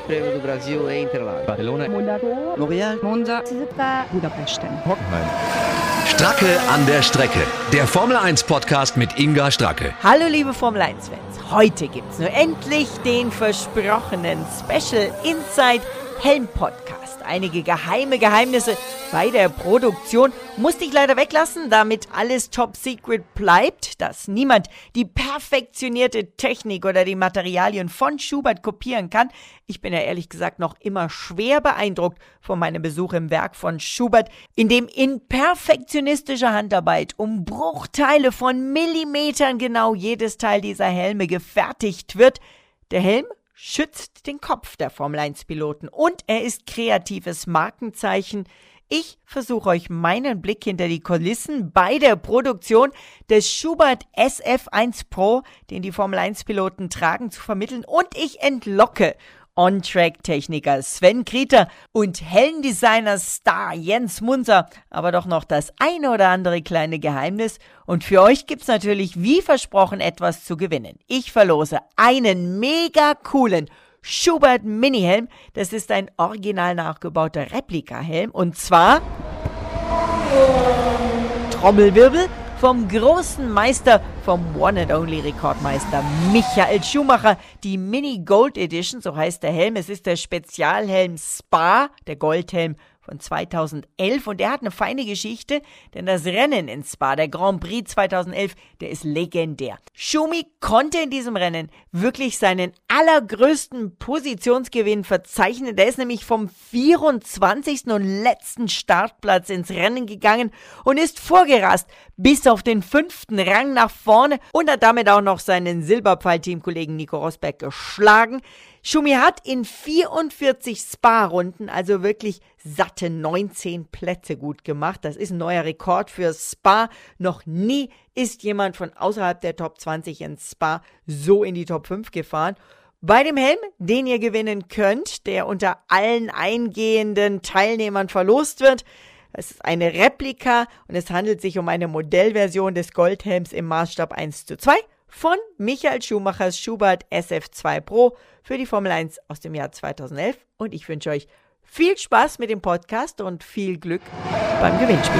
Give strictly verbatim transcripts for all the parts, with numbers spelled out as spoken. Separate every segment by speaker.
Speaker 1: Prêmio do Brasil em Interlagos.
Speaker 2: Barcelona.
Speaker 3: Monaco.
Speaker 2: L'Oréal.
Speaker 3: Monza. Budapest.
Speaker 2: Hockenheim.
Speaker 4: Stracke an der Strecke. Der Formel eins Podcast mit Inga Stracke.
Speaker 5: Hallo liebe Formel eins Fans. Heute gibt's nur endlich den versprochenen Special Inside Helm Podcast. Einige geheime Geheimnisse bei der Produktion musste ich leider weglassen, damit alles top secret bleibt, dass niemand die perfektionierte Technik oder die Materialien von Schubert kopieren kann. Ich bin ja ehrlich gesagt noch immer schwer beeindruckt von meinem Besuch im Werk von Schubert, in dem in perfektionistischer Handarbeit um Bruchteile von Millimetern genau jedes Teil dieser Helme gefertigt wird. Der Helm schützt den Kopf der Formel eins Piloten und er ist kreatives Markenzeichen. Ich versuche euch meinen Blick hinter die Kulissen bei der Produktion des Schubert S F eins Pro, den die Formel eins Piloten tragen, zu vermitteln, und ich entlocke On-Track-Techniker Sven Krieter und Helmdesigner-Star Jens Munzer, aber doch noch das eine oder andere kleine Geheimnis. Und für euch gibt's natürlich wie versprochen etwas zu gewinnen. Ich verlose einen mega coolen Schubert Mini-Helm. Das ist ein original nachgebauter Replika-Helm und zwar Trommelwirbel vom großen Meister, vom One and Only Rekordmeister Michael Schumacher, die Mini Gold Edition, so heißt der Helm. Es ist der Spezialhelm Spa, der Goldhelm von zweitausendelf, und der hat eine feine Geschichte, denn das Rennen in Spa, der Grand Prix zweitausendelf, der ist legendär. Schumi konnte in diesem Rennen wirklich seinen allergrößten Positionsgewinn verzeichnen. Der ist nämlich vom vierundzwanzigsten und letzten Startplatz ins Rennen gegangen und ist vorgerast bis auf den fünften Rang nach vorne und hat damit auch noch seinen Silberpfeil-Teamkollegen Nico Rosberg geschlagen. Schumi hat in vierundvierzig Spa-Runden also wirklich satte neunzehn Plätze gut gemacht. Das ist ein neuer Rekord für Spa. Noch nie ist jemand von außerhalb der Top zwanzig in Spa so in die Top fünf gefahren. Bei dem Helm, den ihr gewinnen könnt, der unter allen eingehenden Teilnehmern verlost wird, es ist eine Replika und es handelt sich um eine Modellversion des Goldhelms im Maßstab eins zu zwei von Michael Schumachers Schubert S F zwei Pro für die Formel eins aus dem Jahr zweitausendelf. Und ich wünsche euch viel Spaß mit dem Podcast und viel Glück beim Gewinnspiel.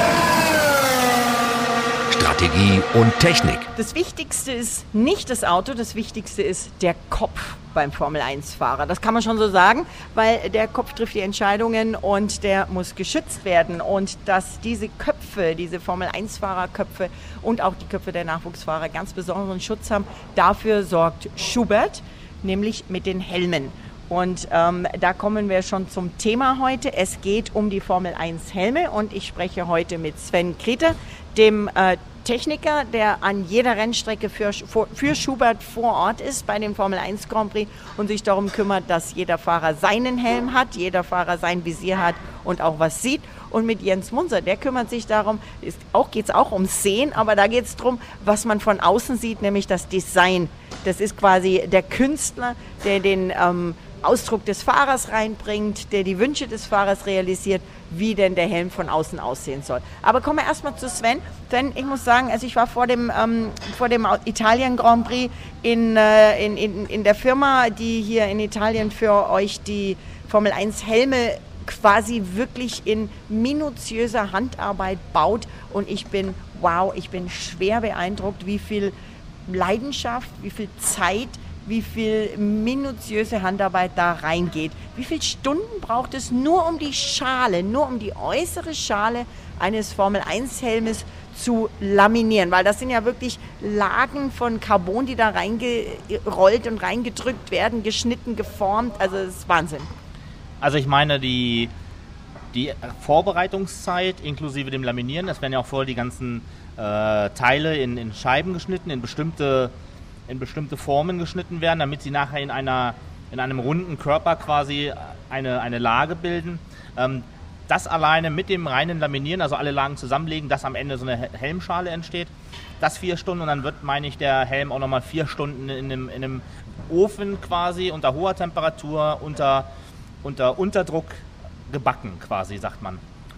Speaker 4: Strategie und Technik.
Speaker 5: Das Wichtigste ist nicht das Auto, das Wichtigste ist der Kopf beim Formel eins Fahrer. Das kann man schon so sagen, weil der Kopf trifft die Entscheidungen und der muss geschützt werden. Und dass diese Köpfe, diese Formel eins Fahrerköpfe und auch die Köpfe der Nachwuchsfahrer ganz besonderen Schutz haben, dafür sorgt Schubert, nämlich mit den Helmen. Und ähm, da kommen wir schon zum Thema heute. Es geht um die Formel eins Helme und ich spreche heute mit Sven Krieter, dem äh, Techniker, der an jeder Rennstrecke für, für Schubert vor Ort ist bei den Formel eins Grand Prix und sich darum kümmert, dass jeder Fahrer seinen Helm hat, jeder Fahrer sein Visier hat und auch was sieht. Und mit Jens Munzer, der kümmert sich darum, ist auch, geht es auch ums Sehen, aber da geht es darum, was man von außen sieht, nämlich das Design. Das ist quasi der Künstler, der den ähm, Ausdruck des Fahrers reinbringt, der die Wünsche des Fahrers realisiert, wie denn der Helm von außen aussehen soll. Aber kommen wir erstmal zu Sven, denn ich muss sagen, also ich war vor dem, ähm, vor dem Italien Grand Prix in, äh, in, in, in der Firma, die hier in Italien für euch die Formel eins Helme quasi wirklich in minutiöser Handarbeit baut, und ich bin, wow, ich bin schwer beeindruckt, wie viel Leidenschaft, wie viel Zeit, wie viel minutiöse Handarbeit da reingeht. Wie viele Stunden braucht es nur um die Schale, nur um die äußere Schale eines Formel eins Helmes zu laminieren? Weil das sind ja wirklich Lagen von Carbon, die da reingerollt und reingedrückt werden, geschnitten, geformt. Also das ist Wahnsinn.
Speaker 6: Also ich meine, die, die Vorbereitungszeit inklusive dem Laminieren, das werden ja auch vorher die ganzen äh, Teile in, in Scheiben geschnitten, in bestimmte in bestimmte Formen geschnitten werden, damit sie nachher in einer in einem runden Körper quasi eine, eine Lage bilden. Ähm, das alleine mit dem reinen Laminieren, also alle Lagen zusammenlegen, dass am Ende so eine Helmschale entsteht, das vier Stunden, und dann wird, meine ich, der Helm auch nochmal vier Stunden in einem, in einem Ofen quasi unter hoher Temperatur, unter, unter Unterdruck gebacken quasi, sagt man.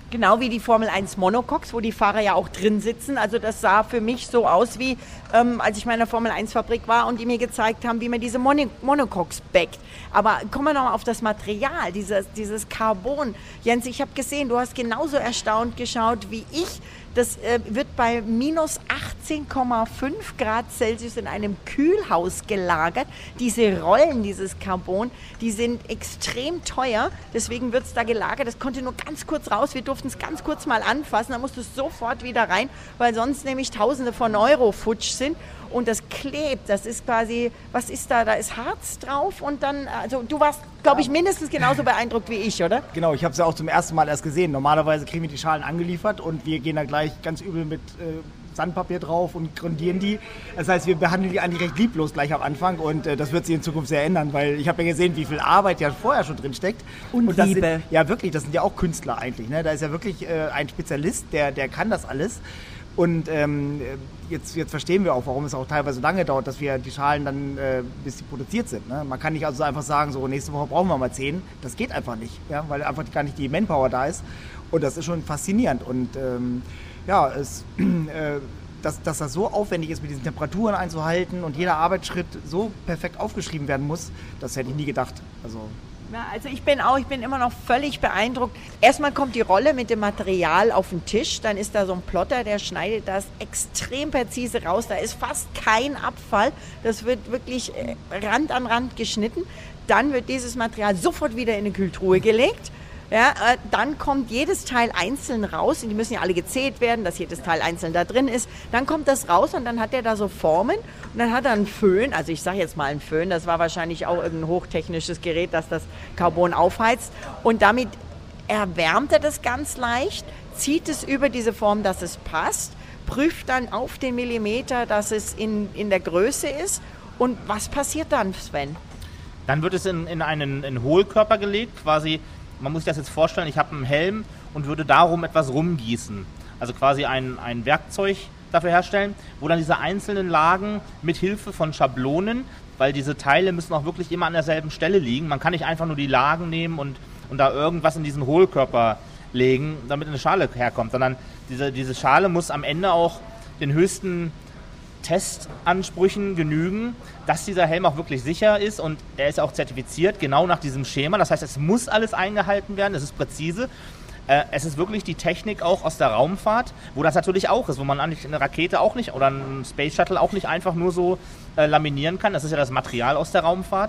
Speaker 5: Genau wie die Formel eins Monocoques, wo die Fahrer ja auch drin sitzen. Also das sah für mich so aus, wie ähm, als ich mal in der Formel eins Fabrik war und die mir gezeigt haben, wie man diese Mon- Monocoques backt. Aber kommen wir nochmal auf das Material, dieses, dieses Carbon. Jens, ich habe gesehen, du hast genauso erstaunt geschaut wie ich. Das äh, wird bei minus achtzehn Komma fünf Grad Celsius in einem Kühlhaus gelagert. Diese Rollen, dieses Carbon, die sind extrem teuer. Deswegen wird es da gelagert. Das konnte nur ganz kurz raus. Wir durften es ganz kurz mal anfassen. Da musste es sofort wieder rein, weil sonst nämlich Tausende von Euro futsch sind. Und das klebt, das ist quasi, was ist da? Da ist Harz drauf und dann, also du warst, glaube ich, mindestens genauso beeindruckt wie ich, oder?
Speaker 2: Genau, ich habe es ja auch zum ersten Mal erst gesehen. Normalerweise kriegen wir die Schalen angeliefert und wir gehen da gleich ganz übel mit äh, Sandpapier drauf und grundieren die. Das heißt, wir behandeln die eigentlich recht lieblos gleich am Anfang und äh, das wird sich in Zukunft sehr ändern, weil ich habe ja gesehen, wie viel Arbeit ja vorher schon drin steckt.
Speaker 5: Und, und das Liebe.
Speaker 2: Sind, ja, wirklich, das sind ja auch Künstler eigentlich. Ne? Da ist ja wirklich äh, ein Spezialist, der, der kann das alles. Und ähm, jetzt, jetzt verstehen wir auch, warum es auch teilweise so lange dauert, dass wir die Schalen dann, äh, bis sie produziert sind. Ne? Man kann nicht also einfach sagen, so nächste Woche brauchen wir mal zehn. Das geht einfach nicht, ja? Weil einfach gar nicht die Manpower da ist. Und das ist schon faszinierend. Und ähm, ja, es, äh, dass, dass das so aufwendig ist, mit diesen Temperaturen einzuhalten und jeder Arbeitsschritt so perfekt aufgeschrieben werden muss, das hätte ich nie gedacht. Also
Speaker 5: Ja, also ich bin auch, ich bin immer noch völlig beeindruckt. Erstmal kommt die Rolle mit dem Material auf den Tisch, dann ist da so ein Plotter, der schneidet das extrem präzise raus. Da ist fast kein Abfall. Das wird wirklich Rand an Rand geschnitten. Dann wird dieses Material sofort wieder in eine Kühltruhe gelegt. Ja, äh, dann kommt jedes Teil einzeln raus und die müssen ja alle gezählt werden, dass jedes Teil einzeln da drin ist. Dann kommt das raus und dann hat er da so Formen und dann hat er einen Föhn, also ich sage jetzt mal einen Föhn, das war wahrscheinlich auch irgendein hochtechnisches Gerät, das das Carbon aufheizt und damit erwärmt er das ganz leicht, zieht es über diese Form, dass es passt, prüft dann auf den Millimeter, dass es in, in der Größe ist und was passiert dann, Sven?
Speaker 6: Dann wird es in, in einen in Hohlkörper gelegt, quasi. Man muss sich das jetzt vorstellen, ich habe einen Helm und würde darum etwas rumgießen. Also quasi ein, ein Werkzeug dafür herstellen, wo dann diese einzelnen Lagen mit Hilfe von Schablonen, weil diese Teile müssen auch wirklich immer an derselben Stelle liegen. Man kann nicht einfach nur die Lagen nehmen und, und da irgendwas in diesen Hohlkörper legen, damit eine Schale herkommt, sondern diese, diese Schale muss am Ende auch den höchsten Testansprüchen genügen, dass dieser Helm auch wirklich sicher ist und er ist auch zertifiziert, genau nach diesem Schema. Das heißt, es muss alles eingehalten werden, es ist präzise. Äh, es ist wirklich die Technik auch aus der Raumfahrt, wo das natürlich auch ist, wo man eigentlich eine Rakete auch nicht oder einen Space Shuttle auch nicht einfach nur so äh, laminieren kann. Das ist ja das Material aus der Raumfahrt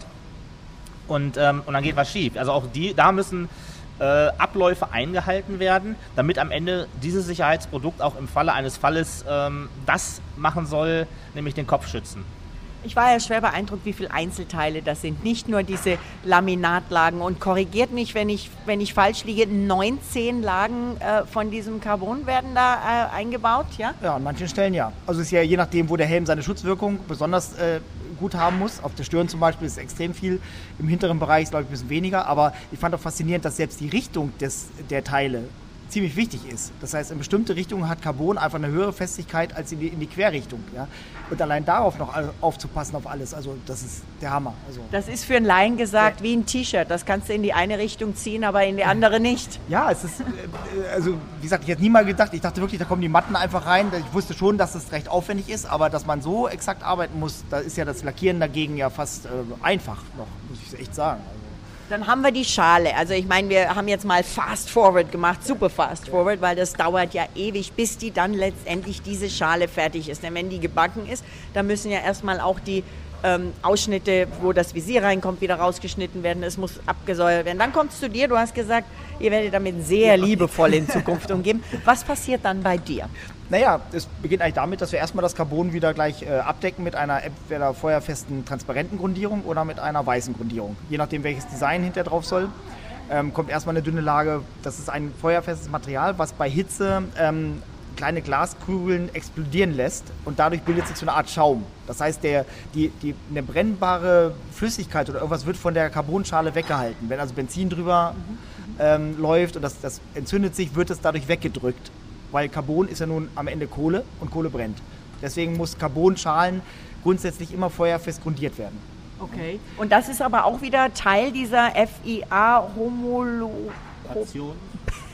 Speaker 6: und, ähm, und dann geht was schief. Also auch die, da müssen Äh, Abläufe eingehalten werden, damit am Ende dieses Sicherheitsprodukt auch im Falle eines Falles ähm, das machen soll, nämlich den Kopf schützen.
Speaker 5: Ich war ja schwer beeindruckt, wie viele Einzelteile das sind. Nicht nur diese Laminatlagen. Und korrigiert mich, wenn ich, wenn ich falsch liege, neunzehn Lagen äh, von diesem Carbon werden da äh, eingebaut, ja?
Speaker 2: Ja, an manchen Stellen ja. Also es ist ja je nachdem, wo der Helm seine Schutzwirkung besonders äh, gut haben muss. Auf der Stirn zum Beispiel ist extrem viel. Im hinteren Bereich ist, glaube ich, ein bisschen weniger. Aber ich fand auch faszinierend, dass selbst die Richtung des, der Teile ziemlich wichtig ist. Das heißt, in bestimmte Richtungen hat Carbon einfach eine höhere Festigkeit als in die, in die Querrichtung. Ja? Und allein darauf noch aufzupassen auf alles, also das ist der Hammer. Also
Speaker 5: das ist für einen Laien gesagt
Speaker 2: ja.
Speaker 5: wie ein T-Shirt. Das kannst du in die eine Richtung ziehen, aber in die andere nicht.
Speaker 2: Ja, es ist, also wie gesagt, ich hätte nie mal gedacht, ich dachte wirklich, da kommen die Matten einfach rein. Ich wusste schon, dass das recht aufwendig ist, aber dass man so exakt arbeiten muss, da ist ja das Lackieren dagegen ja fast äh, einfach noch, muss ich echt sagen. Also
Speaker 5: dann haben wir die Schale. Also ich meine, wir haben jetzt mal Fast Forward gemacht, super Fast Forward, weil das dauert ja ewig, bis die dann letztendlich diese Schale fertig ist. Denn wenn die gebacken ist, dann müssen ja erstmal auch die ähm, Ausschnitte, wo das Visier reinkommt, wieder rausgeschnitten werden. Es muss abgesäuert werden. Dann kommt es zu dir, du hast gesagt, ihr werdet damit sehr liebevoll in Zukunft umgeben. Was passiert dann bei dir?
Speaker 2: Naja, es beginnt eigentlich damit, dass wir erstmal das Carbon wieder gleich äh, abdecken mit einer entweder feuerfesten, transparenten Grundierung oder mit einer weißen Grundierung. Je nachdem, welches Design hinter drauf soll, ähm, kommt erstmal eine dünne Lage. Das ist ein feuerfestes Material, was bei Hitze ähm, kleine Glaskugeln explodieren lässt und dadurch bildet sich so eine Art Schaum. Das heißt, der, die, die, eine brennbare Flüssigkeit oder irgendwas wird von der Carbonschale weggehalten. Wenn also Benzin drüber ähm, läuft und das, das entzündet sich, wird es dadurch weggedrückt. Weil Carbon ist ja nun am Ende Kohle und Kohle brennt. Deswegen muss Carbonschalen grundsätzlich immer feuerfest grundiert werden.
Speaker 5: Okay. Und das ist aber auch wieder Teil dieser F I A-Homologation.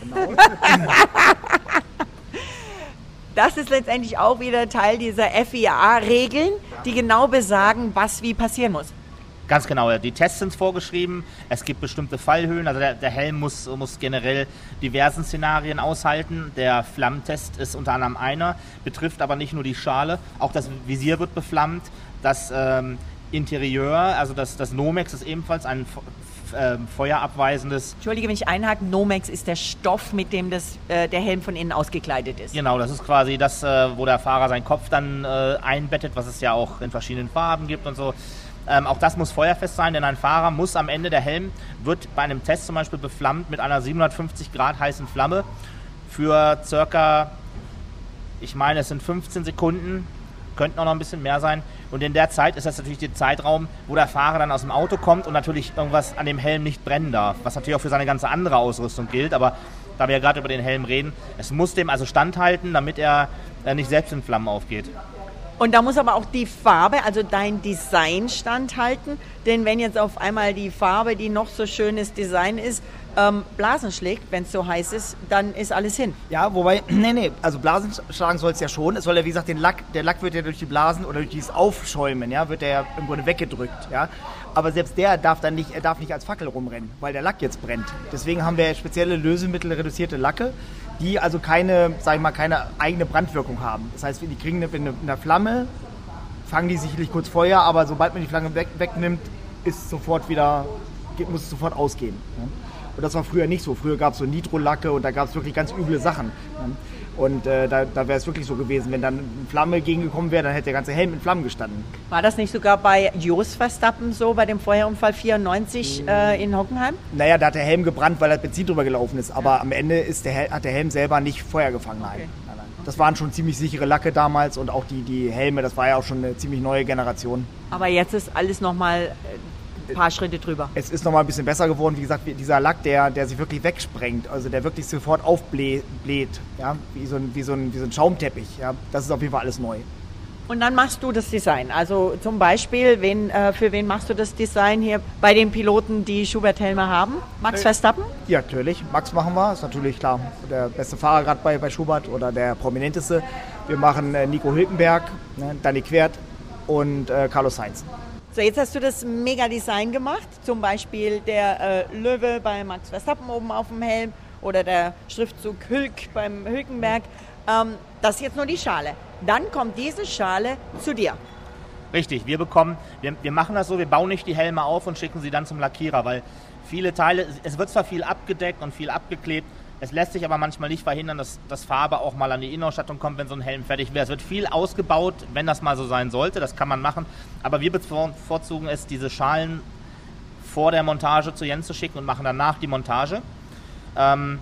Speaker 2: Genau.
Speaker 5: Das ist letztendlich auch wieder Teil dieser F I A-Regeln, die genau besagen, was wie passieren muss.
Speaker 6: Ganz genau, ja. Die Tests sind vorgeschrieben, es gibt bestimmte Fallhöhen, also der, der Helm muss, muss generell diversen Szenarien aushalten. Der Flammentest ist unter anderem einer, betrifft aber nicht nur die Schale, auch das Visier wird beflammt, das ähm, Interieur, also das, das Nomex ist ebenfalls ein äh, feuerabweisendes...
Speaker 5: Entschuldige, wenn ich einhake, Nomex ist der Stoff, mit dem das, äh, der Helm von innen ausgekleidet ist.
Speaker 6: Genau, das ist quasi das, äh, wo der Fahrer seinen Kopf dann äh, einbettet, was es ja auch in verschiedenen Farben gibt und so. Ähm, auch das muss feuerfest sein, denn ein Fahrer muss am Ende, der Helm wird bei einem Test zum Beispiel beflammt mit einer siebenhundertfünfzig Grad heißen Flamme für circa, ich meine es sind fünfzehn Sekunden, könnten auch noch ein bisschen mehr sein. Und in der Zeit ist das natürlich der Zeitraum, wo der Fahrer dann aus dem Auto kommt und natürlich irgendwas an dem Helm nicht brennen darf, was natürlich auch für seine ganze andere Ausrüstung gilt, aber da wir ja gerade über den Helm reden, es muss dem also standhalten, damit er äh, nicht selbst in Flammen aufgeht.
Speaker 5: Und da muss aber auch die Farbe, also dein Design standhalten, denn wenn jetzt auf einmal die Farbe, die noch so schönes Design ist, ähm, Blasen schlägt, wenn es so heiß ist, dann ist alles hin.
Speaker 2: Ja, wobei, nee, nee, also Blasen schlagen soll es ja schon. Es soll ja, wie gesagt, den Lack, der Lack wird ja durch die Blasen oder durch dieses Aufschäumen, ja, wird der ja im Grunde weggedrückt, ja. Aber selbst der darf dann nicht, er darf nicht als Fackel rumrennen, weil der Lack jetzt brennt. Deswegen haben wir spezielle lösemittelreduzierte Lacke, die also keine, sag ich mal, keine eigene Brandwirkung haben. Das heißt, die kriegen eine, eine, eine Flamme, fangen die sicherlich kurz Feuer, aber sobald man die Flamme weg, wegnimmt, ist sofort wieder, muss es sofort ausgehen. Ja. Und das war früher nicht so. Früher gab es so Nitrolacke und da gab es wirklich ganz üble Sachen. Und äh, da, da wäre es wirklich so gewesen, wenn dann eine Flamme gegengekommen wäre, dann hätte der ganze Helm in Flammen gestanden.
Speaker 5: War das nicht sogar bei Jos Verstappen so, bei dem Feuerunfall vierundneunzig äh, in Hockenheim?
Speaker 2: Naja, da hat der Helm gebrannt, weil da Benzin drüber gelaufen ist. Aber ja. Am Ende ist der, hat der Helm selber nicht Feuer gefangen. Nein.
Speaker 5: Okay.
Speaker 2: Nein, nein. Das waren schon ziemlich sichere Lacke damals und auch die, die Helme, das war ja auch schon eine ziemlich neue Generation.
Speaker 5: Aber jetzt ist alles nochmal ein paar Schritte drüber.
Speaker 2: Es ist nochmal ein bisschen besser geworden. Wie gesagt, dieser Lack, der, der sich wirklich wegsprengt, also der wirklich sofort aufbläht, ja, wie, so ein, wie, so ein, wie so ein Schaumteppich. Ja, das ist auf jeden Fall alles neu.
Speaker 5: Und dann machst du das Design. Also zum Beispiel, wen, äh, für wen machst du das Design hier bei den Piloten, die Schubert-Helme haben? Max äh, Verstappen?
Speaker 2: Ja, natürlich. Max machen wir. Ist natürlich klar der beste Fahrer gerade bei, bei Schubert oder der prominenteste. Wir machen äh, Nico Hülkenberg, ne, Danny Quert und äh, Carlos Sainz.
Speaker 5: So, jetzt hast du das Mega-Design gemacht, zum Beispiel der äh, Löwe bei Max Verstappen oben auf dem Helm oder der Schriftzug Hülk beim Hülkenberg. Ähm, das ist jetzt nur die Schale. Dann kommt diese Schale zu dir.
Speaker 6: Richtig, wir bekommen, wir, wir machen das so, wir bauen nicht die Helme auf und schicken sie dann zum Lackierer, weil viele Teile, es wird zwar viel abgedeckt und viel abgeklebt, es lässt sich aber manchmal nicht verhindern, dass, dass Farbe auch mal an die Innenausstattung kommt, wenn so ein Helm fertig wäre. Es wird viel ausgebaut, wenn das mal so sein sollte, das kann man machen. Aber wir bevorzugen es, diese Schalen vor der Montage zu Jens zu schicken und machen danach die Montage. Ähm,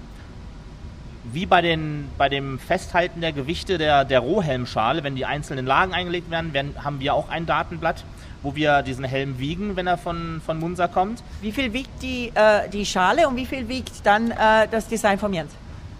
Speaker 6: wie bei, den, bei dem Festhalten der Gewichte der, der Rohhelmschale, wenn die einzelnen Lagen eingelegt werden, werden, haben wir auch ein Datenblatt, wo wir diesen Helm wiegen, wenn er von, von Munza kommt.
Speaker 5: Wie viel wiegt die, äh, die Schale und wie viel wiegt dann äh, das Design vom Jens?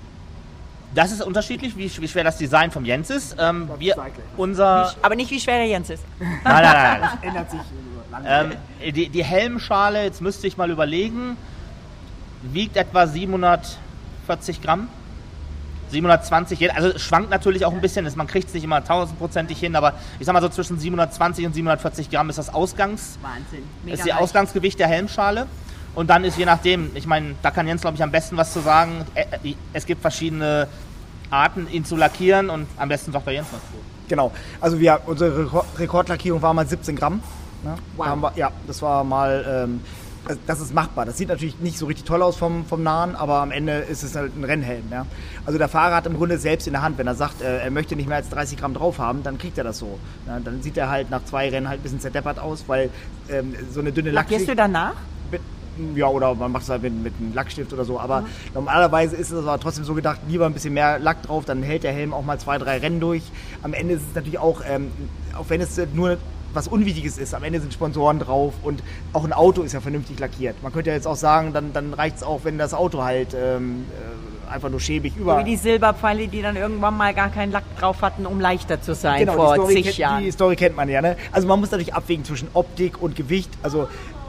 Speaker 6: Das ist unterschiedlich, wie, wie schwer das Design vom Jens ist. Ähm, wir, unser
Speaker 5: wie, aber nicht, wie schwer der Jens ist.
Speaker 6: Nein, nein, nein.
Speaker 2: Das ändert sich langsam.
Speaker 6: Ähm, die, die Helmschale, jetzt müsste ich mal überlegen, wiegt etwa siebenhundertvierzig Gramm. siebenhundertzwanzig, also es schwankt natürlich auch ein bisschen, man kriegt es nicht immer tausendprozentig hin, aber ich sag mal so zwischen siebenhundertzwanzig und siebenhundertvierzig Gramm ist das Ausgangs,
Speaker 5: Wahnsinn. Mega
Speaker 6: ist die
Speaker 5: leicht.
Speaker 6: Ausgangsgewicht der Helmschale. Und dann ist je nachdem, ich meine, da kann Jens, glaube ich, am besten was zu sagen. Es gibt verschiedene Arten, ihn zu lackieren und am besten sagt der Jens was zu.
Speaker 2: Genau, also wir, unsere Rekordlackierung war mal siebzehn Gramm. Ne?
Speaker 5: Wow.
Speaker 2: Da haben wir, ja, das war mal... Ähm, das ist machbar. Das sieht natürlich nicht so richtig toll aus vom, vom Nahen, aber am Ende ist es halt ein Rennhelm. Ja? Also der Fahrer hat im Grunde selbst in der Hand, wenn er sagt, äh, er möchte nicht mehr als dreißig Gramm drauf haben, dann kriegt er das so. Ja? Dann sieht er halt nach zwei Rennen halt ein bisschen zerdeppert aus, weil ähm, so eine dünne Lackschicht...
Speaker 5: Lackierst du danach?
Speaker 2: Mit, ja, oder man macht es halt mit, mit einem Lackstift oder so, aber mhm. normalerweise ist es aber trotzdem so gedacht, lieber ein bisschen mehr Lack drauf, dann hält der Helm auch mal zwei, drei Rennen durch. Am Ende ist es natürlich auch, ähm, auch wenn es nur... was Unwichtiges ist. Am Ende sind Sponsoren drauf und auch ein Auto ist ja vernünftig lackiert. Man könnte ja jetzt auch sagen, dann, dann reicht es auch, wenn das Auto halt ähm, einfach nur schäbig über...
Speaker 5: So wie die Silberpfeile, die dann irgendwann mal gar keinen Lack drauf hatten, um leichter zu sein,
Speaker 2: genau,
Speaker 5: vor
Speaker 2: die Story
Speaker 5: zig
Speaker 2: kennt,
Speaker 5: Jahren.
Speaker 2: Die Story kennt man ja. Ne? Also man muss natürlich abwägen zwischen Optik und Gewicht. Also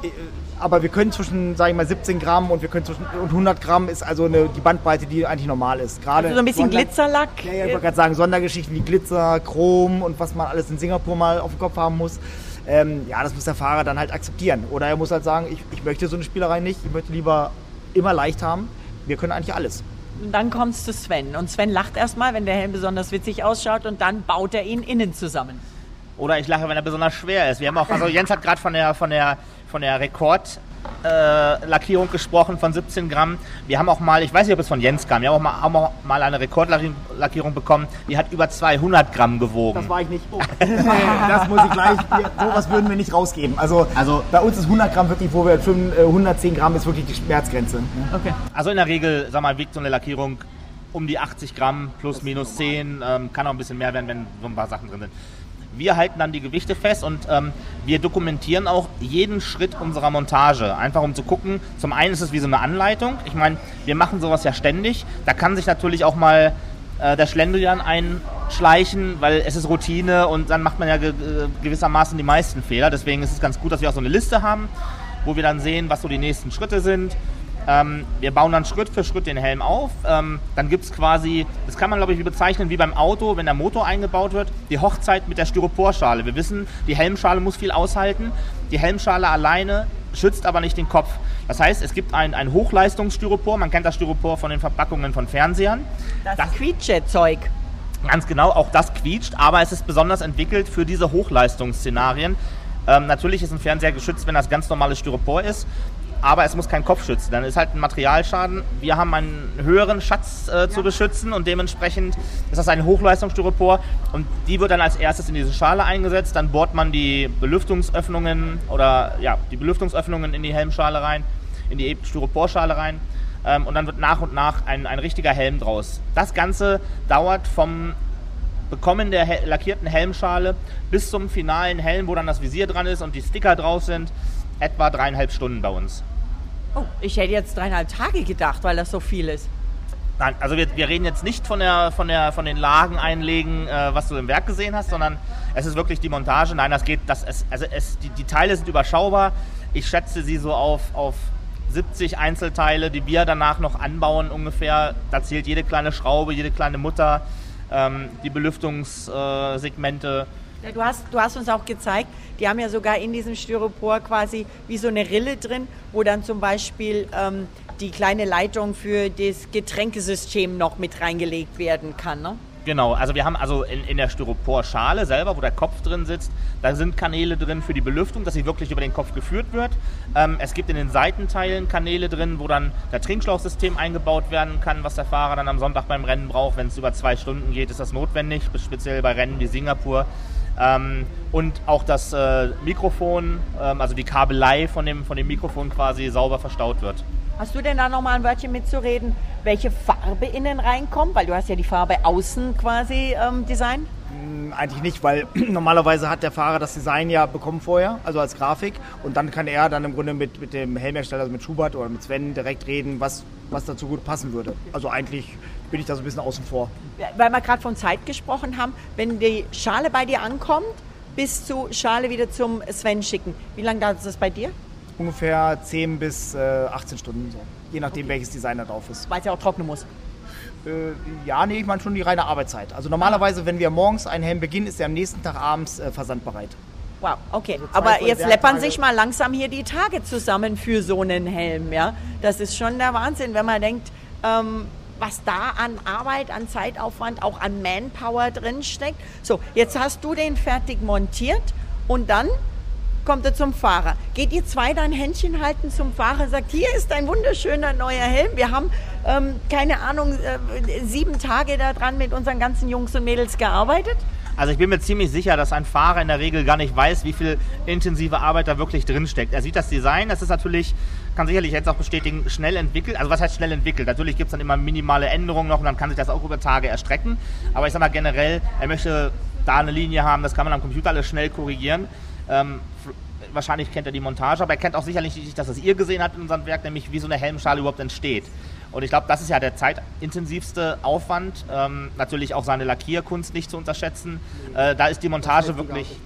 Speaker 2: aber wir können zwischen, sage ich mal, siebzehn Gramm und wir können zwischen und hundert Gramm ist also eine, die Bandbreite, die eigentlich normal ist. Gerade
Speaker 5: also so ein bisschen
Speaker 2: Sonder-
Speaker 5: Glitzerlack.
Speaker 2: Ja, ja, ich wollte gerade sagen, Sondergeschichten wie Glitzer, Chrom und was man alles in Singapur mal auf dem Kopf haben muss. Ähm, ja, das muss der Fahrer dann halt akzeptieren. Oder er muss halt sagen, ich, ich möchte so eine Spielerei nicht, ich möchte lieber immer leicht haben. Wir können eigentlich alles.
Speaker 5: Und dann kommt es zu Sven. Und Sven lacht erstmal, wenn der Helm besonders witzig ausschaut und dann baut er ihn innen zusammen.
Speaker 6: Oder ich lache, wenn er besonders schwer ist. Wir haben auch, also Jens hat gerade von der, von der, von der Rekordlackierung äh, gesprochen von siebzehn Gramm. Wir haben auch mal, ich weiß nicht, ob es von Jens kam, wir haben auch mal, haben auch mal eine Rekordlackierung bekommen, die hat über zweihundert Gramm gewogen.
Speaker 2: Das war ich nicht. Oh. Das muss ich gleich, sowas würden wir nicht rausgeben. Also, also bei uns ist hundert Gramm wirklich, wo wir hundertzehn Gramm ist wirklich die Schmerzgrenze.
Speaker 5: Okay.
Speaker 6: Also in der Regel, sag mal, wiegt so eine Lackierung um die achtzig Gramm, plus minus zehn, ähm, kann auch ein bisschen mehr werden, wenn so ein paar Sachen drin sind. Wir halten dann die Gewichte fest und ähm, wir dokumentieren auch jeden Schritt unserer Montage. Einfach um zu gucken, zum einen ist es wie so eine Anleitung. Ich meine, wir machen sowas ja ständig. Da kann sich natürlich auch mal äh, der Schlendrian einschleichen, weil es ist Routine und dann macht man ja ge- gewissermaßen die meisten Fehler. Deswegen ist es ganz gut, dass wir auch so eine Liste haben, wo wir dann sehen, was so die nächsten Schritte sind. Ähm, wir bauen dann Schritt für Schritt den Helm auf. Ähm, dann gibt es quasi, das kann man glaube ich wie bezeichnen wie beim Auto, wenn der Motor eingebaut wird, die Hochzeit mit der Styroporschale. Wir wissen, die Helmschale muss viel aushalten. Die Helmschale alleine schützt aber nicht den Kopf. Das heißt, es gibt ein, ein Hochleistungsstyropor. Man kennt das Styropor von den Verpackungen von Fernsehern.
Speaker 5: Das, das Quietsche-Zeug.
Speaker 6: Ganz genau, auch das quietscht, aber es ist besonders entwickelt für diese Hochleistungsszenarien. Ähm, natürlich ist ein Fernseher geschützt, wenn das ganz normales Styropor ist. Aber es muss kein Kopf schützen, dann ist halt ein Materialschaden. Wir haben einen höheren Schatz äh, zu beschützen und dementsprechend ist das ein Hochleistungsstyropor und die wird dann als erstes in diese Schale eingesetzt. Dann bohrt man die Belüftungsöffnungen oder ja, die Belüftungsöffnungen in die Helmschale rein, in die Styroporschale rein ähm, und dann wird nach und nach ein, ein richtiger Helm draus. Das Ganze dauert vom Bekommen der he- lackierten Helmschale bis zum finalen Helm, wo dann das Visier dran ist und die Sticker drauf sind, etwa dreieinhalb Stunden bei uns.
Speaker 5: Oh, ich hätte jetzt dreieinhalb Tage gedacht, weil das so viel ist.
Speaker 6: Nein, also wir, wir reden jetzt nicht von, der, von, der, von den Lagen einlegen, äh, was du im Werk gesehen hast, sondern es ist wirklich die Montage. Nein, das geht, das es, also es, die, die Teile sind überschaubar. Ich schätze sie so auf, auf siebzig Einzelteile, die wir danach noch anbauen ungefähr. Da zählt jede kleine Schraube, jede kleine Mutter, ähm, die Belüftungssegmente.
Speaker 5: Ja, du hast, du hast uns auch gezeigt, die haben ja sogar in diesem Styropor quasi wie so eine Rille drin, wo dann zum Beispiel ähm, die kleine Leitung für das Getränkesystem noch mit reingelegt werden kann, ne?
Speaker 6: Genau, also wir haben also in, in der Styroporschale selber, wo der Kopf drin sitzt, da sind Kanäle drin für die Belüftung, dass sie wirklich über den Kopf geführt wird. Ähm, es gibt in den Seitenteilen Kanäle drin, wo dann der Trinkschlauchsystem eingebaut werden kann, was der Fahrer dann am Sonntag beim Rennen braucht. Wenn es über zwei Stunden geht, ist das notwendig, speziell bei Rennen wie Singapur. Ähm, und auch das äh, Mikrofon, ähm, also die Kabelei von dem, von dem Mikrofon quasi sauber verstaut wird.
Speaker 5: Hast du denn da nochmal ein Wörtchen mitzureden, welche Farbe innen reinkommt? Weil du hast ja die Farbe außen quasi ähm, designt.
Speaker 2: Eigentlich nicht, weil normalerweise hat der Fahrer das Design ja bekommen vorher, also als Grafik. Und dann kann er dann im Grunde mit, mit dem Helmhersteller, also mit Schubert oder mit Sven direkt reden, was, was dazu gut passen würde. Also eigentlich bin ich da so ein bisschen außen vor.
Speaker 5: Weil wir gerade von Zeit gesprochen haben, wenn die Schale bei dir ankommt, bis zu Schale wieder zum Sven schicken. Wie lange dauert das bei dir?
Speaker 2: Ungefähr zehn bis achtzehn Stunden, so. Je nachdem, okay, welches Design da drauf ist.
Speaker 5: Weil es ja auch trocknen muss.
Speaker 2: Äh, ja, nee, ich meine schon die reine Arbeitszeit. Also normalerweise, wenn wir morgens einen Helm beginnen, ist er am nächsten Tag abends äh, versandbereit.
Speaker 5: Wow, okay.
Speaker 2: Also
Speaker 5: aber jetzt läppern sich mal langsam hier die Tage zusammen für so einen Helm, ja. Das ist schon der Wahnsinn, wenn man denkt, ähm, was da an Arbeit, an Zeitaufwand, auch an Manpower drin steckt. So, jetzt hast du den fertig montiert und dann kommt er zum Fahrer. Geht ihr zwei dann Händchen halten zum Fahrer, sagt, hier ist ein wunderschöner neuer Helm. Wir haben, ähm, keine Ahnung, äh, sieben Tage daran mit unseren ganzen Jungs und Mädels gearbeitet?
Speaker 6: Also ich bin mir ziemlich sicher, dass ein Fahrer in der Regel gar nicht weiß, wie viel intensive Arbeit da wirklich drinsteckt. Er sieht das Design, das ist natürlich, kann sicherlich jetzt auch bestätigen, schnell entwickelt. Also was heißt schnell entwickelt? Natürlich gibt es dann immer minimale Änderungen noch und dann kann sich das auch über Tage erstrecken. Aber ich sag mal generell, er möchte da eine Linie haben, das kann man am Computer alles schnell korrigieren. Ähm, wahrscheinlich kennt er die Montage, aber er kennt auch sicherlich nicht, dass es ihr gesehen hat in unserem Werk, nämlich wie so eine Helmschale überhaupt entsteht. Und ich glaube, das ist ja der zeitintensivste Aufwand. Ähm, natürlich auch seine Lackierkunst nicht zu unterschätzen. Äh, da ist die Montage wirklich,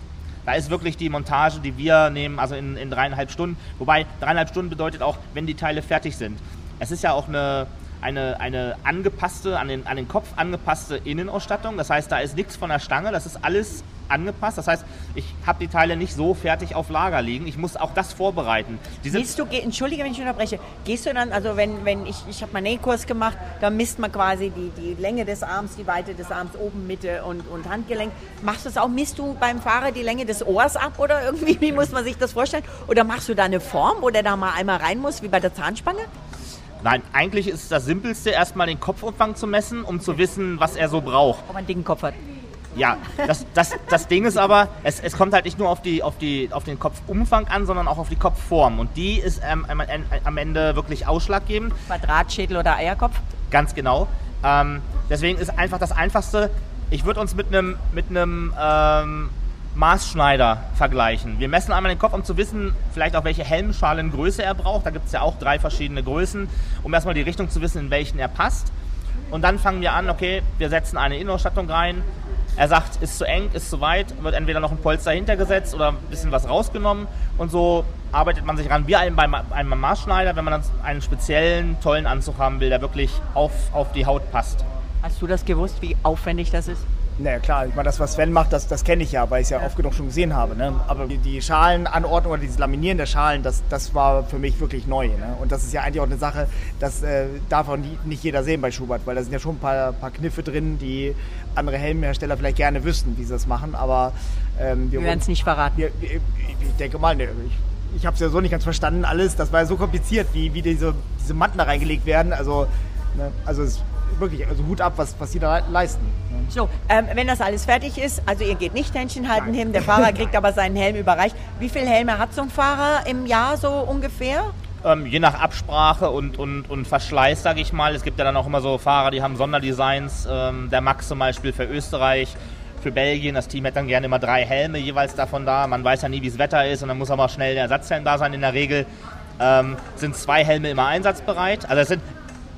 Speaker 6: Da ist wirklich die Montage, die wir nehmen, also in, in dreieinhalb Stunden. Wobei dreieinhalb Stunden bedeutet auch, wenn die Teile fertig sind. Es ist ja auch eine, eine, eine angepasste, an den, an den Kopf angepasste Innenausstattung. Das heißt, da ist nichts von der Stange, das ist alles angepasst. Das heißt, ich habe die Teile nicht so fertig auf Lager liegen. Ich muss auch das vorbereiten. Diese
Speaker 5: Gehst du, geh, entschuldige, wenn ich unterbreche, gehst du dann, also wenn, wenn ich, ich habe mal einen Nähkurs gemacht, da misst man quasi die, die Länge des Arms, die Weite des Arms, oben, Mitte und, und Handgelenk. Machst du das auch, misst du beim Fahrer die Länge des Ohrs ab oder irgendwie, wie muss man sich das vorstellen? Oder machst du da eine Form, wo der da mal einmal rein muss, wie bei der Zahnspange?
Speaker 6: Nein, eigentlich ist das Simpelste, erstmal den Kopfumfang zu messen, um zu wissen, was er so braucht.
Speaker 5: Ob man einen dicken Kopf hat.
Speaker 6: Ja, das, das, das Ding ist aber, es, es kommt halt nicht nur auf, die, auf, die, auf den Kopfumfang an, sondern auch auf die Kopfform. Und die ist ähm, am, am Ende wirklich ausschlaggebend.
Speaker 5: Quadratschädel oder Eierkopf?
Speaker 6: Ganz genau. Ähm, deswegen ist einfach das Einfachste, ich würde uns mit einem mit einem ähm, Maßschneider vergleichen. Wir messen einmal den Kopf, um zu wissen, vielleicht auch welche Helmschalengröße er braucht. Da gibt es ja auch drei verschiedene Größen, um erstmal die Richtung zu wissen, in welchen er passt. Und dann fangen wir an, okay, wir setzen eine Innenausstattung rein. Er sagt, ist zu eng, ist zu weit, wird entweder noch ein Polster hintergesetzt oder ein bisschen was rausgenommen. Und so arbeitet man sich ran, wie bei einem Maßschneider, wenn man dann einen speziellen, tollen Anzug haben will, der wirklich auf, auf die Haut passt.
Speaker 5: Hast du das gewusst, wie aufwendig das ist?
Speaker 2: Naja, klar, ich meine, das, was Sven macht, das, das kenne ich ja, weil ich es ja, ja oft genug schon gesehen habe. Ne? Aber die, die Schalenanordnung oder dieses Laminieren der Schalen, das, das war für mich wirklich neu. Ne? Und das ist ja eigentlich auch eine Sache, das äh, darf auch nie, nicht jeder sehen bei Schubert, weil da sind ja schon ein paar, paar Kniffe drin, die andere Helmhersteller vielleicht gerne wüssten, wie sie das machen. Aber ähm, wir,
Speaker 5: wir werden es nicht verraten.
Speaker 2: Wir, ich, ich denke mal, ne, ich, ich habe es ja so nicht ganz verstanden alles. Das war ja so kompliziert, wie, wie diese, diese Matten da reingelegt werden. Also, ne, also es wirklich, also Hut ab, was, was die da leisten.
Speaker 5: So, ähm, wenn das alles fertig ist, also ihr geht nicht Händchen halten hin, der Fahrer kriegt aber seinen Helm überreicht. Wie viele Helme hat so ein Fahrer im Jahr so ungefähr?
Speaker 6: Ähm, je nach Absprache und, und, und Verschleiß, sage ich mal. Es gibt ja dann auch immer so Fahrer, die haben Sonderdesigns. Ähm, der Max zum Beispiel für Österreich, für Belgien. Das Team hätte dann gerne immer drei Helme jeweils davon da. Man weiß ja nie, wie das Wetter ist und dann muss aber schnell der Ersatzhelm da sein. In der Regel ähm, sind zwei Helme immer einsatzbereit. Also es sind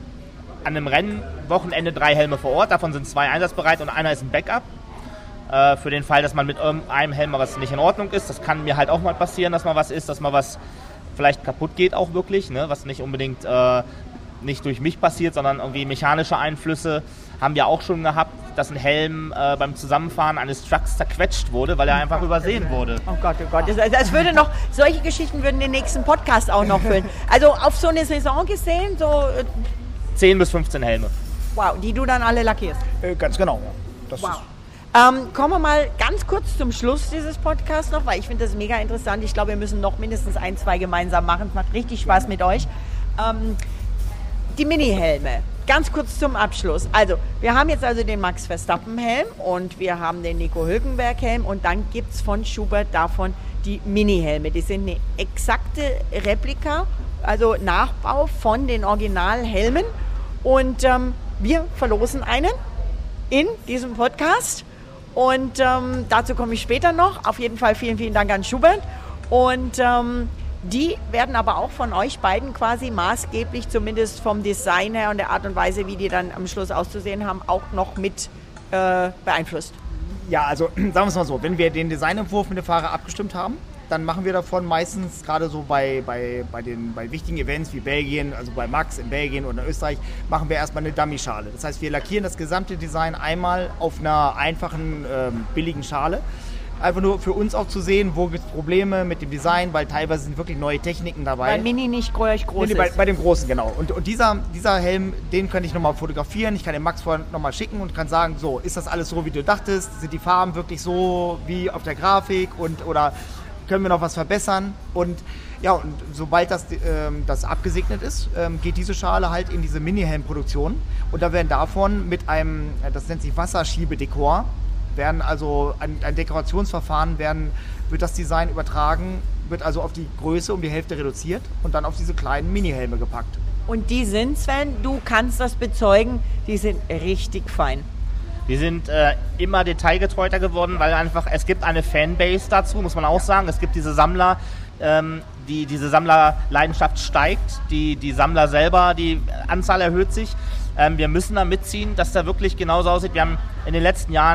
Speaker 6: an einem Rennwochenende drei Helme vor Ort, davon sind zwei einsatzbereit und einer ist ein Backup. Äh, für den Fall, dass man mit irgendeinem Helm mal was nicht in Ordnung ist. Das kann mir halt auch mal passieren, dass mal was ist, dass mal was vielleicht kaputt geht auch wirklich, ne? Was nicht unbedingt äh, nicht durch mich passiert, sondern irgendwie mechanische Einflüsse haben wir auch schon gehabt, dass ein Helm äh, beim Zusammenfahren eines Trucks zerquetscht wurde, weil er einfach übersehen wurde.
Speaker 5: Oh Gott, oh Gott, das, das würde noch, solche Geschichten würden den nächsten Podcast auch noch füllen. Also auf so eine Saison gesehen, so äh,
Speaker 6: zehn bis fünfzehn Helme.
Speaker 5: Wow, die du dann alle lackierst.
Speaker 2: Äh, ganz genau. Das
Speaker 5: wow.
Speaker 2: ist
Speaker 5: Ähm, kommen wir mal ganz kurz zum Schluss dieses Podcasts noch, weil ich finde das mega interessant. Ich glaube, wir müssen noch mindestens ein, zwei gemeinsam machen. Es macht richtig Spaß mit euch. Ähm, die Mini-Helme. Ganz kurz zum Abschluss. Also, wir haben jetzt also den Max Verstappen-Helm und wir haben den Nico Hülkenberg-Helm und dann gibt es von Schubert davon die Mini-Helme. Die sind eine exakte Replika, also Nachbau von den Originalhelmen. Und ähm, wir verlosen einen in diesem Podcast. Und ähm, dazu komme ich später noch. Auf jeden Fall vielen, vielen Dank an Schubert. Und ähm, die werden aber auch von euch beiden quasi maßgeblich, zumindest vom Design her und der Art und Weise, wie die dann am Schluss auszusehen haben, auch noch mit äh, beeinflusst.
Speaker 2: Ja, also sagen wir es mal so, wenn wir den Designentwurf mit dem Fahrer abgestimmt haben, dann machen wir davon meistens, gerade so bei, bei, bei, den, bei wichtigen Events wie Belgien, also bei Max in Belgien oder in Österreich, machen wir erstmal eine Dummy-Schale. Das heißt, wir lackieren das gesamte Design einmal auf einer einfachen, ähm, billigen Schale. Einfach nur für uns auch zu sehen, wo gibt es Probleme mit dem Design, weil teilweise sind wirklich neue Techniken dabei.
Speaker 5: Weil Mini nicht groß, groß
Speaker 2: nee, nee, bei,
Speaker 5: ist.
Speaker 2: bei dem Großen, genau. Und, und dieser, dieser Helm, den kann ich nochmal fotografieren. Ich kann den Max vorher nochmal schicken und kann sagen, so, ist das alles so, wie du dachtest? Sind die Farben wirklich so wie auf der Grafik? Und, oder können wir noch was verbessern? Und ja, und sobald das, ähm, das abgesegnet ist, ähm, geht diese Schale halt in diese Mini-Helm-Produktion. Und da werden davon mit einem, das nennt sich Wasserschiebedekor, werden also ein, ein Dekorationsverfahren, werden, wird das Design übertragen, wird also auf die Größe um die Hälfte reduziert und dann auf diese kleinen Mini-Helme gepackt.
Speaker 5: Und die sind, Sven, du kannst das bezeugen, die sind richtig fein.
Speaker 6: Die sind äh, immer detailgetreuter geworden, weil einfach, es gibt eine Fanbase dazu, muss man auch sagen. Es gibt diese Sammler, ähm, die, diese Sammlerleidenschaft steigt, die, die Sammler selber, die Anzahl erhöht sich. Ähm, wir müssen da mitziehen, dass da wirklich genauso aussieht. Wir haben in den letzten Jahren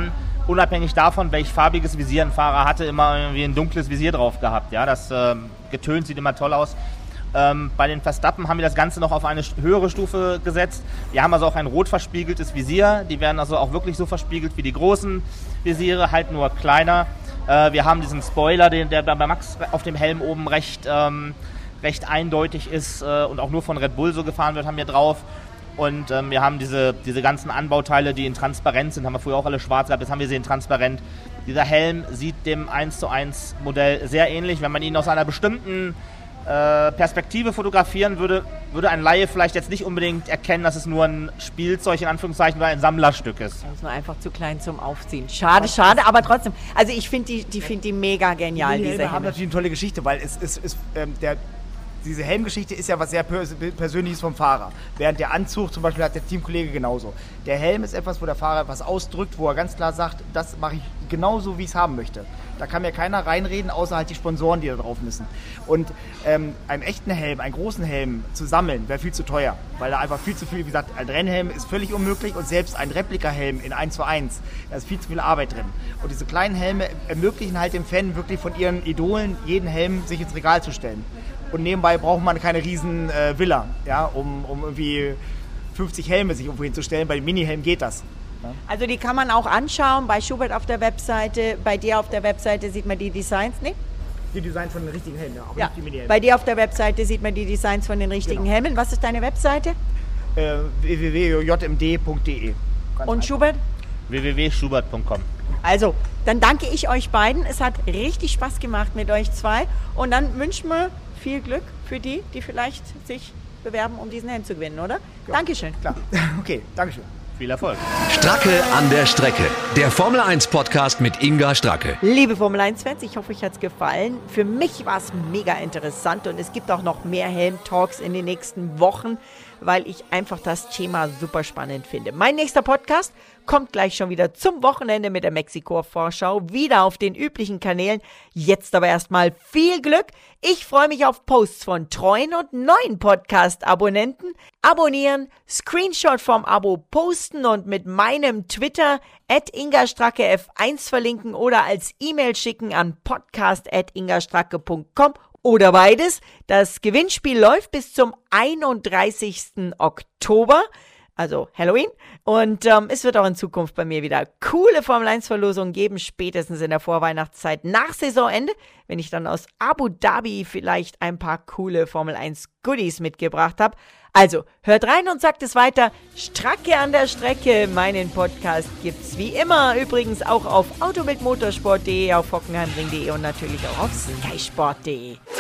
Speaker 6: unabhängig davon, welch farbiges Visier ein Fahrer hatte, immer irgendwie ein dunkles Visier drauf gehabt. Ja, das ähm, getönt sieht immer toll aus. Ähm, bei den Verstappen haben wir das Ganze noch auf eine höhere Stufe gesetzt. Wir haben also auch ein rot verspiegeltes Visier. Die werden also auch wirklich so verspiegelt wie die großen Visiere, halt nur kleiner. Äh, wir haben diesen Spoiler, den, der bei Max auf dem Helm oben recht, ähm, recht eindeutig ist äh, und auch nur von Red Bull so gefahren wird, haben wir drauf. Und ähm, wir haben diese, diese ganzen Anbauteile, die in transparent sind, haben wir früher auch alle schwarz gehabt, jetzt haben wir sie in transparent. Dieser Helm sieht dem eins zu eins Modell sehr ähnlich. Wenn man ihn aus einer bestimmten äh, Perspektive fotografieren würde, würde ein Laie vielleicht jetzt nicht unbedingt erkennen, dass es nur ein Spielzeug in Anführungszeichen oder ein Sammlerstück ist.
Speaker 5: Das ist nur einfach zu klein zum Aufziehen. Schade, schade, aber trotzdem. Also ich finde die, die, find die mega genial,
Speaker 2: Die
Speaker 5: diese
Speaker 2: Helme haben
Speaker 5: Helme.
Speaker 2: natürlich eine tolle Geschichte, weil es ist, ist ähm, der diese Helmgeschichte ist ja was sehr Pers- Persönliches vom Fahrer. Während der Anzug zum Beispiel hat der Teamkollege genauso. Der Helm ist etwas, wo der Fahrer etwas ausdrückt, wo er ganz klar sagt, das mache ich genauso, wie ich es haben möchte. Da kann mir keiner reinreden, außer halt die Sponsoren, die da drauf müssen. Und ähm, einen echten Helm, einen großen Helm zu sammeln, wäre viel zu teuer. Weil da einfach viel zu viel, wie gesagt, ein Rennhelm ist völlig unmöglich und selbst ein Replika-Helm in eins zu eins, da ist viel zu viel Arbeit drin. Und diese kleinen Helme ermöglichen halt dem Fan wirklich von ihren Idolen jeden Helm sich ins Regal zu stellen. Und nebenbei braucht man keine riesen äh, Villa, ja, um, um irgendwie fünfzig Helme sich irgendwo hinzustellen. Bei dem Mini-Helm geht das. Ja.
Speaker 5: Also die kann man auch anschauen bei Schubert auf der Webseite. Bei dir auf der Webseite sieht man die Designs, nicht?
Speaker 2: Die Designs von den richtigen Helmen, ja, aber
Speaker 5: Ja,
Speaker 2: nicht die Mini-Helme.
Speaker 5: bei dir auf der Webseite sieht man die Designs von den richtigen
Speaker 2: Genau.
Speaker 5: Helmen. Was ist deine Webseite?
Speaker 2: Äh, w w w punkt j m d punkt d e. Ganz
Speaker 5: Und
Speaker 2: einfach.
Speaker 5: Schubert?
Speaker 6: w w w punkt schubert punkt com.
Speaker 5: Also, dann danke ich euch beiden. Es hat richtig Spaß gemacht mit euch zwei. Und dann wünschen wir viel Glück für die, die vielleicht sich bewerben, um diesen Helm zu gewinnen, oder?
Speaker 2: Ja.
Speaker 5: Dankeschön.
Speaker 2: Klar, okay, Dankeschön.
Speaker 6: Viel Erfolg.
Speaker 4: Stracke an der Strecke. Der Formel eins Podcast mit Inga Stracke.
Speaker 5: Liebe Formel eins Fans, ich hoffe, euch hat es gefallen. Für mich war es mega interessant und es gibt auch noch mehr Helm-Talks in den nächsten Wochen, weil ich einfach das Thema super spannend finde. Mein nächster Podcast kommt gleich schon wieder zum Wochenende mit der Mexiko-Vorschau, wieder auf den üblichen Kanälen. Jetzt aber erstmal viel Glück. Ich freue mich auf Posts von treuen und neuen Podcast-Abonnenten. Abonnieren, Screenshot vom Abo posten und mit meinem Twitter at ingastracke f eins verlinken oder als E-Mail schicken an podcast at ingastracke punkt com oder beides. Das Gewinnspiel läuft bis zum einunddreißigsten Oktober. Also Halloween. Und ähm, es wird auch in Zukunft bei mir wieder coole Formel eins Verlosungen geben, spätestens in der Vorweihnachtszeit nach Saisonende, wenn ich dann aus Abu Dhabi vielleicht ein paar coole Formel eins Goodies mitgebracht habe. Also, hört rein und sagt es weiter. Stracke an der Strecke. Meinen Podcast gibt's wie immer übrigens auch auf autobildmotorsport punkt de, auf hockenheimring punkt de und natürlich auch auf skysport punkt de.